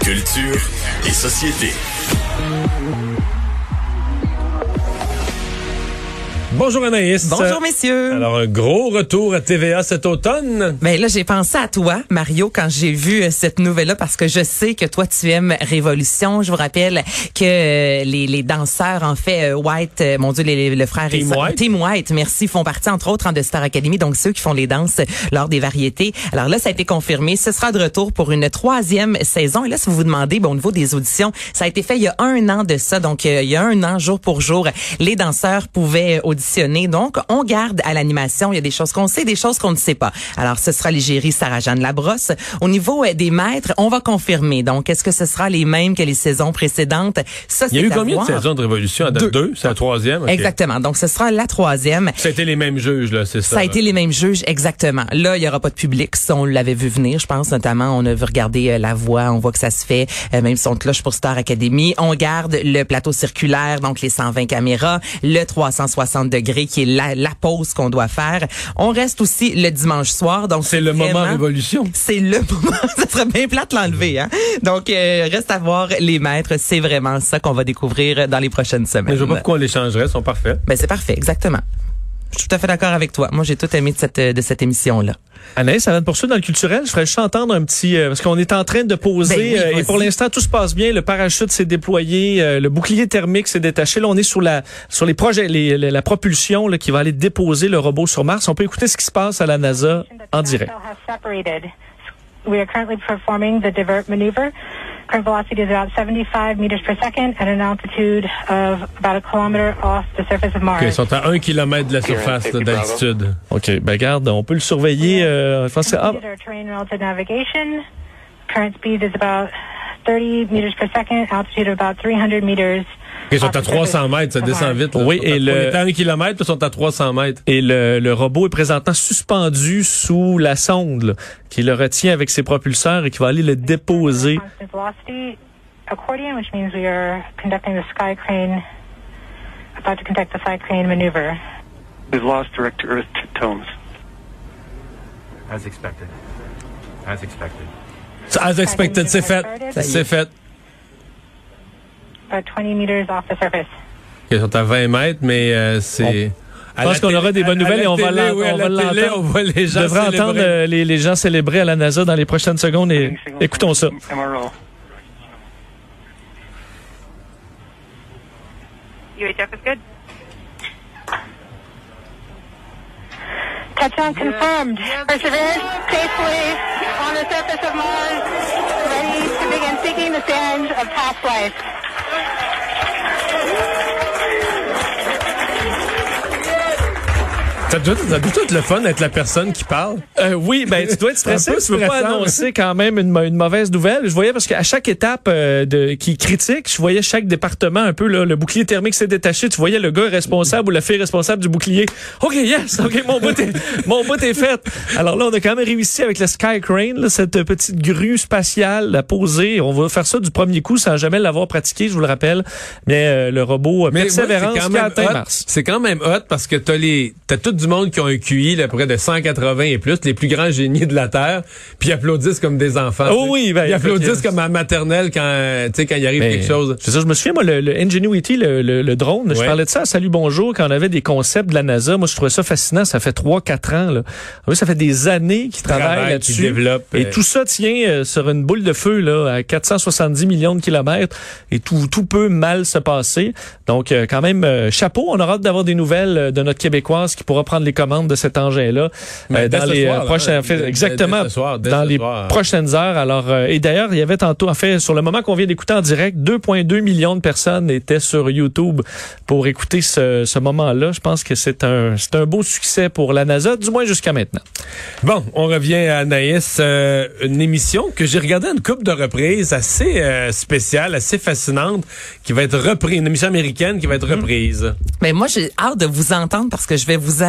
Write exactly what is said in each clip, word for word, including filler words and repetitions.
Culture et société. Bonjour Anaïs. Bonjour messieurs. Alors, un gros retour à T V A cet automne. Ben là, j'ai pensé à toi, Mario, quand j'ai vu euh, cette nouvelle-là, parce que je sais que toi, tu aimes Révolution. Je vous rappelle que euh, les, les danseurs, en fait, euh, White, euh, mon Dieu, les, les, le frère Team et White. Team White, merci, font partie, entre autres, hein, de Star Academy, donc ceux qui font les danses lors des variétés. Alors là, ça a été confirmé. Ce sera de retour pour une troisième saison. Et là, si vous vous demandez, ben, au niveau des auditions, ça a été fait il y a un an de ça. Donc, euh, il y a un an, jour pour jour, les danseurs pouvaient auditionner. Donc, on garde à l'animation. Il y a des choses qu'on sait, des choses qu'on ne sait pas. Alors, ce sera l'égérie Sarah-Jeanne Labrosse. Au niveau euh, des maîtres, on va confirmer. Donc, est-ce que ce sera les mêmes que les saisons précédentes? Ça, Il y a c'est eu à combien voir. de saisons de Révolution? À date Deux. deux? C'est la troisième? Okay. Exactement. Donc, ce sera la troisième. Ça a été les mêmes juges, là, c'est ça? Ça a été les mêmes juges, exactement. Là, il y aura pas de public. Ça, on l'avait vu venir, je pense. Notamment, on a vu regarder euh, La Voix. On voit que ça se fait. Euh, même si on cloche pour Star Academy. On garde le plateau circulaire, donc les cent vingt caméras, le trois cent soixante degrés, qui est la, la pause qu'on doit faire. On reste aussi le dimanche soir. Donc c'est le vraiment, moment Révolution. C'est le moment. Ça serait bien plate l'enlever, hein. Donc, euh, reste à voir les maîtres. C'est vraiment ça qu'on va découvrir dans les prochaines semaines. Mais je vois pas pourquoi on les changerait. Ils sont parfaits. Ben, c'est parfait. Exactement. Je suis tout à fait d'accord avec toi. Moi, j'ai tout aimé de cette, de cette émission-là. Anaïs, avant de poursuivre dans le culturel, je ferais juste entendre un petit... Euh, parce qu'on est en train de poser, ben oui, euh, et pour l'instant, tout se passe bien. Le parachute s'est déployé, euh, le bouclier thermique s'est détaché. Là, on est sur la sur les projets, les, les, la propulsion là, qui va aller déposer le robot sur Mars. On peut écouter ce qui se passe à la NASA en direct. We are currently performing the divert maneuver. Current velocity is about seventy-five meters per second at an altitude of about a kilometer off the surface of Mars. Okay, ils sont à un kilomètre de la surface là, d'altitude. OK, ben garde, on peut le surveiller. Euh, je pense que, ah. Our terrain relative navigation. Current speed is about thirty meters per second, altitude of about three hundred meters. Ils sont à trois cents mètres, ça descend vite. Là. Oui, et à, le... On est à un kilomètre, ils sont à trois cents mètres. Et le, le robot est présentement suspendu sous la sonde, là, qui le retient avec ses propulseurs et qui va aller le déposer. Accordion, which means we are conducting the sky crane, about to conduct the sky crane maneuver. We've lost direct to Earth tones. As expected. As expected. As expected, c'est fait. C'est fait. About twenty meters off the surface. Ils sont à vingt mètres, mais euh, c'est... Je pense qu'on aura des bonnes nouvelles et on va l'entendre. Oui, on va l'entendre. On voit les gens devrait entendre euh, les, les gens célébrer à la NASA dans les prochaines secondes et écoutons ça. M R O. U H F is good. Touchdown confirmed. Perseverance safely on the surface of Mars, ready to begin seeking the sands of past life. Ça doit, ça doit être le fun d'être la personne qui parle. Euh, oui, ben tu dois être stressé. Tu peux pas annoncer quand même une, une mauvaise nouvelle. Je voyais parce qu'à chaque étape euh, de qui critique, je voyais chaque département un peu là, le bouclier thermique s'est détaché. Tu voyais le gars responsable ou la fille responsable du bouclier. Ok, yes, ok, mon bout est mon bout est fait. Alors là, on a quand même réussi avec le Sky Crane, là, cette petite grue spatiale à poser. On va faire ça du premier coup sans jamais l'avoir pratiqué, je vous le rappelle. Mais euh, le robot Mais Persévérance moi, qui a atteint hot. Mars. C'est quand même hot parce que t'as les t'as tout du monde qui ont un Q I là, près de cent quatre-vingts et plus, les plus grands génies de la Terre, puis ils applaudissent comme des enfants. Oh oui, ben, ils applaudissent écoute, comme à maternelle quand tu sais quand il arrive ben, quelque chose. C'est ça, je me souviens moi le, le Ingenuity, le, le, le drone, ouais. Je parlais de ça à Salut Bonjour quand on avait des concepts de la NASA. Moi je trouvais ça fascinant, ça fait trois quatre ans là. En fait, ça fait des années qu'ils travaillent Travail, là-dessus. Qu'ils développent, et euh... tout ça tient euh, sur une boule de feu là à quatre cent soixante-dix millions de kilomètres et tout tout peut mal se passer. Donc euh, quand même euh, chapeau, on aura hâte d'avoir des nouvelles euh, de notre Québécoise qui pourra prendre les commandes de cet engin là euh, dans les soir, prochaines là, exactement dès, dès soir, dès dans les soir. prochaines heures. Alors euh, et d'ailleurs, il y avait tantôt en fait sur le moment qu'on vient d'écouter en direct, deux virgule deux millions de personnes étaient sur YouTube pour écouter ce, ce moment-là. Je pense que c'est un c'est un beau succès pour la NASA, du moins jusqu'à maintenant. Bon, on revient à Anaïs, euh, une émission que j'ai regardée une couple de reprises, assez euh, spéciale, assez fascinante, qui va être reprise, une émission américaine qui va être reprise. Mais moi, j'ai hâte de vous entendre parce que je vais vous avouer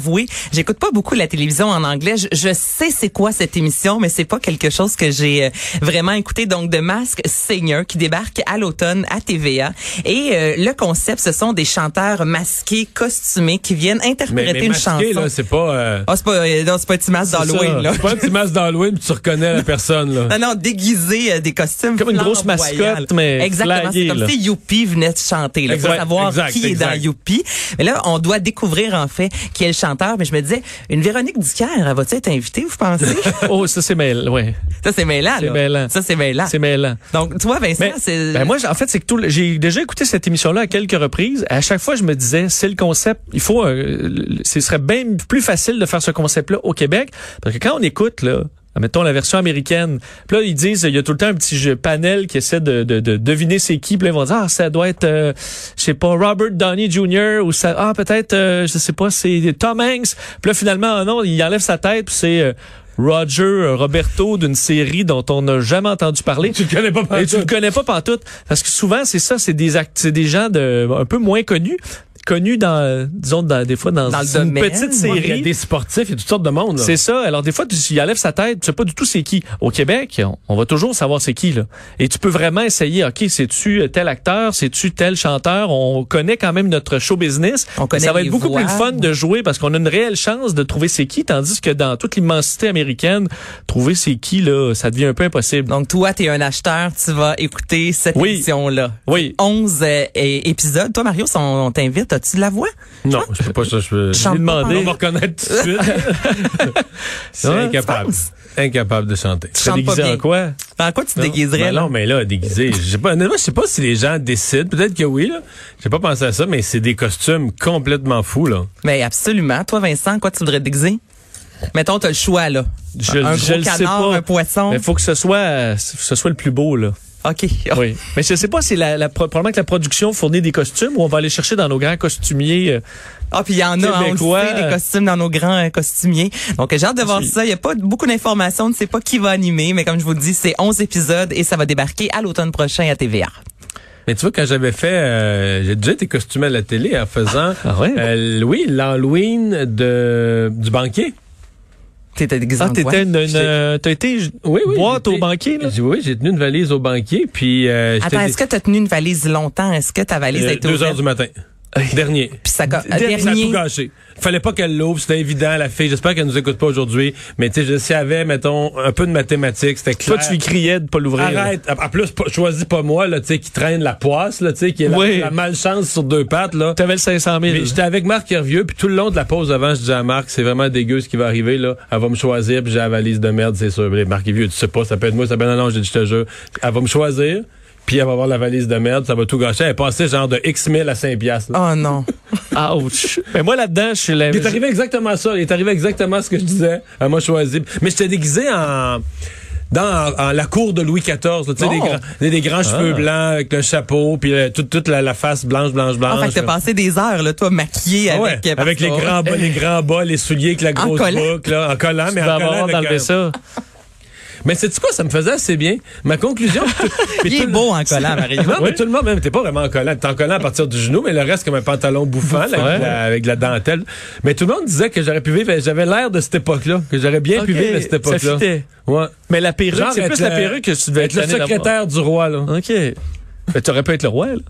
avouer, j'écoute pas beaucoup la télévision en anglais. Je, je sais c'est quoi cette émission, mais c'est pas quelque chose que j'ai euh, vraiment écouté. Donc, The Masked Singer qui débarque à l'automne à T V A. Et euh, le concept, ce sont des chanteurs masqués, costumés, qui viennent interpréter mais, mais une masqué, chanson. Là, c'est pas... Euh... Ah, c'est pas, euh, non, c'est pas un petit masque d'Halloween, là. C'est pas un petit masque d'Halloween puis tu reconnais la personne, là. Non, non, déguisé, euh, des costumes comme une grosse flamboyants. mascotte, mais exactement, flyée, c'est comme là. si Youpi venait de chanter. Il faut Exact, savoir exact, qui exact. est dans Youpi. Mais là, on doit découvrir, en fait, qui est le chanteur. Mais je me disais, une Véronique Dicker, elle va-tu être invitée, vous pensez? Oh, ça, c'est mêlant, ouais. Ça, c'est mêlant, C'est là. mêlant. Ça, c'est mêlant. C'est mêlant. Donc, toi, Vincent, Mais, c'est... ben moi, en fait, c'est que tout, le- j'ai déjà écouté cette émission-là à quelques reprises. À chaque fois, je me disais, c'est le concept. Il faut, euh, ce serait bien plus facile de faire ce concept-là au Québec, parce que quand on écoute là, mettons la version américaine, puis là ils disent, il y a tout le temps un petit jeu panel qui essaie de, de, de deviner c'est qui, puis là ils vont dire ah ça doit être, euh, je sais pas Robert Downey junior ou ça, ah peut-être, euh, je sais pas c'est Tom Hanks. Puis là finalement ah non, il enlève sa tête, puis c'est euh, Roger Roberto d'une série dont on n'a jamais entendu parler. Tu le connais pas Et tu le pantoute. connais pas pantoute. Parce que souvent, c'est ça, c'est des act- c'est des gens de, un peu moins connus. Connus dans, disons, dans, des fois, dans, Dans le une domaine. petite Il y a série. des sportifs, il y a toutes sortes de monde, là. C'est ça. Alors, des fois, tu il enlève sa tête, tu sais pas du tout c'est qui. Au Québec, on, on va toujours savoir c'est qui, là. Et tu peux vraiment essayer, OK, c'est-tu tel acteur, c'est-tu tel chanteur? On connaît quand même notre show business. On connaît ça va les être beaucoup voix. plus fun de jouer parce qu'on a une réelle chance de trouver c'est qui, tandis que dans toute l'immensité américaine, trouver c'est qui, là, ça devient un peu impossible. Donc, toi, t'es un acheteur, tu vas écouter cette Oui. émission-là. Oui. onze euh, é- épisodes. Toi, Mario, si on, on t'invite, as-tu de la voix? Non, je peux pas ça, je peux... Chante J'ai pas demandé. On va reconnaître tout de suite. C'est Ouais, incapable. tu penses? Incapable de chanter. Tu serais chante pas déguisé bien. en quoi? En quoi tu te Non. déguiserais, Ben là? non, mais là, déguisé. Je sais pas, honnêtement, je sais pas si les gens décident. Peut-être que oui, là. J'ai pas pensé à ça, mais c'est des costumes complètement fous, là. Mais absolument. Toi, Vincent, quoi tu voudrais te déguiser? Mettons, t'as le choix, là. Je, un je gros le sais canard, pas. un poisson. Mais faut que ce soit, euh, ce soit le plus beau, là. OK. Oui. Mais je sais pas si la, la, probablement que la production fournit des costumes ou on va aller chercher dans nos grands costumiers. euh, Ah, puis il y en a, hein, on le Québécois. sait, des costumes dans nos grands euh, costumiers. Donc, j'ai hâte de voir C'est- ça. Il n'y a pas beaucoup d'informations. On ne sait pas qui va animer, mais comme je vous le dis, c'est onze épisodes et ça va débarquer à l'automne prochain à T V A. Mais tu vois, quand j'avais fait, euh, j'ai déjà été costumé à la télé en faisant, Ah ouais? euh, oui, l'Halloween de, du banquier. T'étais déguisé Ah, en quoi? t'étais une, une, J'étais- euh, t'as été Oui, oui. boîte j'étais- au banquier, là? J'ai- Oui, j'ai tenu une valise au banquier, puis euh, j'étais Attends, est-ce que tu as tenu une valise longtemps? Est-ce que ta valise a euh, été deux ouverte? heures du matin. Dernier. Puis ça, Ça a tout dernier. gâché. Fallait pas qu'elle l'ouvre, c'était évident, la fille. J'espère qu'elle nous écoute pas aujourd'hui. Mais tu sais, je savais, mettons, un peu de mathématiques, c'était clair. Toi, tu lui criais de pas l'ouvrir. là. Arrête. En plus, pas- choisis pas moi, là, tu sais, qui traîne la poisse, là, tu sais, qui est la, Oui. la malchance sur deux pattes, là. T'avais le cinq cent mille. Mais j'étais avec Marc Hervieux, puis tout le long de la pause avant, je disais à Marc, c'est vraiment dégueu ce qui va arriver, là. Elle va me choisir, puis j'ai la valise de merde, c'est sûr. Mais Marc Hervieux, tu sais pas, ça peut être moi, ça peut être non, non, j'ai dit, je te jure. Elle va me choisir, puis elle va avoir la valise de merde, ça va tout gâcher. Elle est passée genre de X mille à cinq piastres, là. Oh non. Ouch. Mais moi, là-dedans, je suis la... Il est arrivé exactement ça. Il est arrivé exactement ce que je disais. Elle m'a choisi. Mais j'étais déguisé en... Dans en, en la cour de Louis quatorze, là, tu sais, Oh. des, grands, des, des grands cheveux blancs avec le chapeau, puis euh, toute, toute la, la face blanche, blanche, blanche. En fait, t'as passé des heures, là, toi, maquillé Ah ouais, avec... avec les grands bas, les grands bas, les souliers avec la En grosse collant. boucle, là, en collant, mais Tu vas en collant avoir avec d'enlever un- ça. Mais c'est quoi, ça me faisait assez bien. Ma conclusion. Il est beau en collant, Mario. Non, mais tout le monde, même, t'es pas vraiment en collant. T'es en collant à partir du genou, mais le reste comme un pantalon bouffant, là, Ouais. avec, la, avec la dentelle. Mais tout le monde disait que j'aurais pu vivre, j'avais l'air de cette époque-là, que j'aurais bien pu Ok, vivre à cette ça époque-là. fitait. Ouais. Mais la perruque, Genre c'est être plus la le- perruque que tu devais Être être le tanné d'avoir. secrétaire du roi, là. OK. Mais tu aurais pu être le roi, là.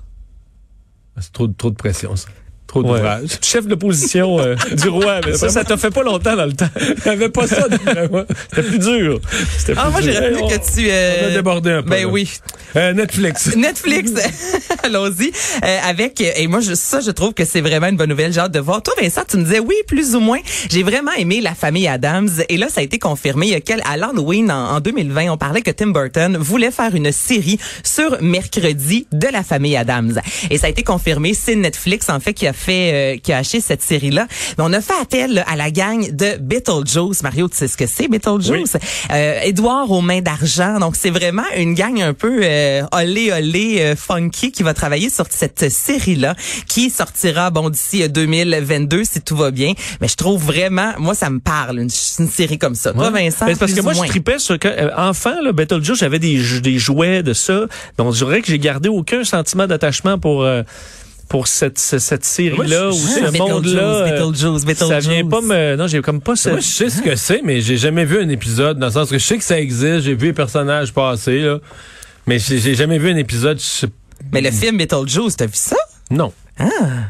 C'est trop, trop de pression, ça. Trop Ouais. d'ouvrage. Chef de l'opposition euh, du roi. Mais ça, ça t'a fait pas longtemps dans le temps. J'avais pas ça, vraiment. C'était plus dur. C'était Ah, plus moi, j'ai dur. rappelé Hey, que tu... euh, On a débordé un peu. Ben là. oui. Euh, Netflix. Netflix, allons-y. Euh, avec, et moi, je, ça, je trouve que c'est vraiment une bonne nouvelle. J'ai hâte de voir. Toi, Vincent, tu me disais, oui, plus ou moins. J'ai vraiment aimé La Famille Adams. Et là, ça a été confirmé. Il y a quel, à l'Halloween, en, en deux mille vingt, on parlait que Tim Burton voulait faire une série sur mercredi de La Famille Adams. Et ça a été confirmé. C'est Netflix, en fait, qui a fait, euh, qui a acheté cette série-là. Mais on a fait appel là, à la gang de Beetlejuice. Mario, tu sais ce que c'est, Beetlejuice? Euh, Édouard aux mains d'argent. Donc, c'est vraiment une gang un peu euh, olé olé euh, funky qui va travailler sur cette série-là qui sortira bon d'ici euh, deux mille vingt-deux si tout va bien. Mais je trouve vraiment, moi, ça me parle, une, une série comme ça. Toi, Vincent, Mais c'est parce plus que moi, ou je moins. tripais sur que, euh, enfant, là, Beetlejuice, j'avais des, jou- des jouets de ça. Donc, je dirais que j'ai gardé aucun sentiment d'attachement pour, euh, pour cette cette série-là ou ce Beetlejuice, monde-là. euh, Beetlejuice, Beetlejuice. Ça vient pas me... Non, j'ai comme pas ce... Moi, je sais ce que c'est, mais j'ai jamais vu un épisode, dans le sens que je sais que ça existe, j'ai vu les personnages passer, là, mais j'ai j'ai jamais vu un épisode. Je sais... Mais le film Beetlejuice, t'as vu ça? Non. Ah!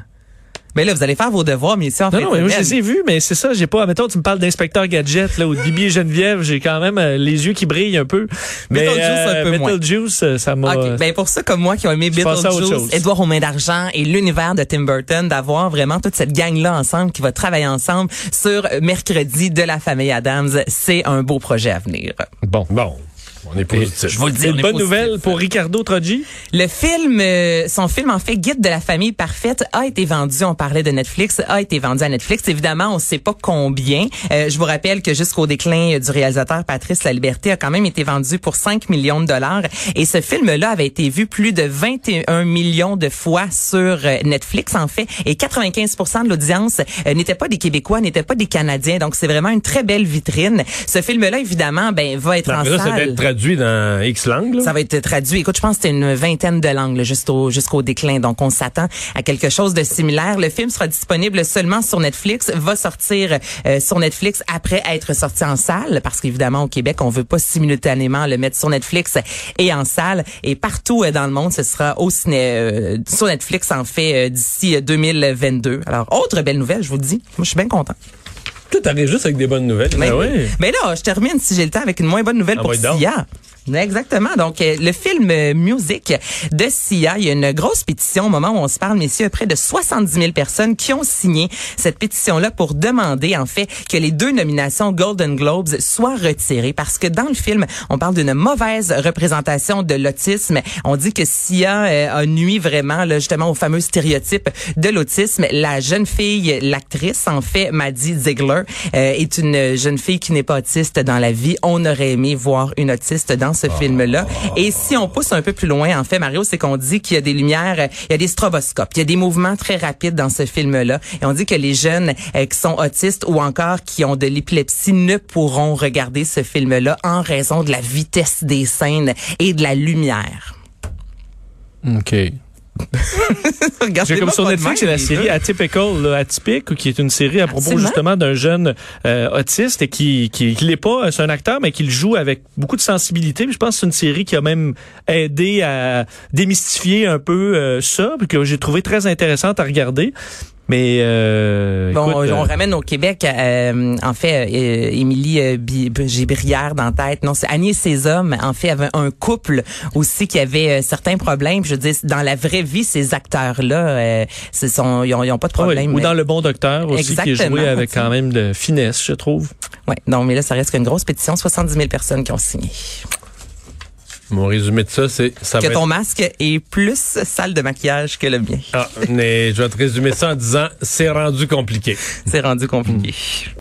Mais là, vous allez faire vos devoirs, mais ici, en Non, fait. non, mais moi, je les ai vus, mais c'est ça, j'ai pas... Mettons, tu me parles d'Inspecteur Gadget, là, ou de Bibi et Geneviève, j'ai quand même euh, les yeux qui brillent un peu. Mais Beetlejuice, un peu moins. Beetlejuice, euh, ça m'a... OK. Ben, pour ceux comme moi qui ont aimé Je pensais à autre Beetlejuice, chose. Édouard aux mains d'argent et l'univers de Tim Burton, d'avoir vraiment toute cette gang-là ensemble qui va travailler ensemble sur Mercredi de la famille Adams, c'est un beau projet à venir. Bon. Bon. On est positif. Je vous le dis, on Une est bonne positif. nouvelle pour Ricardo Troggi. Le film, euh, son film en fait, Guide de la famille parfaite, a été vendu. On parlait de Netflix, a été vendu à Netflix. Évidemment, on ne sait pas combien. Euh, je vous rappelle que jusqu'au déclin du réalisateur Patrice Laliberté a quand même été vendu pour cinq millions de dollars. Et ce film-là avait été vu plus de vingt et un millions de fois sur euh, Netflix, en fait. Et quatre-vingt-quinze pour cent de l'audience euh, n'étaient pas des Québécois, n'étaient pas des Canadiens. Donc, c'est vraiment une très belle vitrine. Ce film-là, évidemment, ben va être en Après ça, ça salle. doit être traduit dans X langues, là. Ça va être traduit. Écoute, je pense que c'est une vingtaine de langues là, juste au, jusqu'au déclin. Donc, on s'attend à quelque chose de similaire. Le film sera disponible seulement sur Netflix, va sortir euh, sur Netflix après être sorti en salle, parce qu'évidemment, au Québec, on veut pas simultanément le mettre sur Netflix et en salle. Et partout euh, dans le monde, ce sera au ciné, euh, sur Netflix, en fait, euh, d'ici deux mille vingt-deux. Alors, autre belle nouvelle, je vous le dis. Moi, je suis bien content. Tout arrive juste avec des bonnes nouvelles. Mais, Ah oui. mais là, je termine, si j'ai le temps, avec une moins bonne nouvelle Ah pour oui, donc. Sia. Exactement. Donc, euh, le film euh, Music de Sia, il y a une grosse pétition au moment où on se parle, messieurs, près de soixante-dix mille personnes qui ont signé cette pétition-là pour demander, en fait, que les deux nominations Golden Globes soient retirées. Parce que dans le film, on parle d'une mauvaise représentation de l'autisme. On dit que Sia euh, a nui vraiment, là, justement, au fameux stéréotype de l'autisme. La jeune fille, l'actrice, en fait, Maddie Ziegler, euh, est une jeune fille qui n'est pas autiste dans la vie. On aurait aimé voir une autiste dans ce film-là. Et si on pousse un peu plus loin, en fait, Mario, c'est qu'on dit qu'il y a des lumières, il y a des stroboscopes, il y a des mouvements très rapides dans ce film-là. Et on dit que les jeunes euh, qui sont autistes ou encore qui ont de l'épilepsie ne pourront regarder ce film-là en raison de la vitesse des scènes et de la lumière. OK. J'ai comme sur Netflix, c'est la série Atypical, là, atypique, qui est une série à propos Absolument. justement d'un jeune euh, autiste et qui qui, qui l'est pas, c'est un acteur, mais qui le joue avec beaucoup de sensibilité. Puis je pense que c'est une série qui a même aidé à démystifier un peu euh, ça, puis que j'ai trouvé très intéressante à regarder. Mais euh, Bon, écoute, on euh, ramène au Québec, euh, en fait, euh, Émilie, euh, Bi- j'ai Brière dans la tête. Non, c'est Agnès Cézanne, en fait, avait un couple aussi qui avait euh, certains problèmes. Je veux dire, dans la vraie vie, ces acteurs-là, euh, ce sont, ils ont, ils ont pas de ouais, problème. ou dans Le Bon Docteur aussi, qui est Exactement. joué avec quand même de finesse, je trouve. Ouais, non, mais là, ça reste qu'une grosse pétition, soixante-dix mille personnes qui ont signé. Mon résumé de ça, c'est... ça Que va ton être- masque est plus sale de maquillage que le mien. Ah, mais je vais te résumer ça en disant, c'est rendu compliqué. C'est rendu compliqué.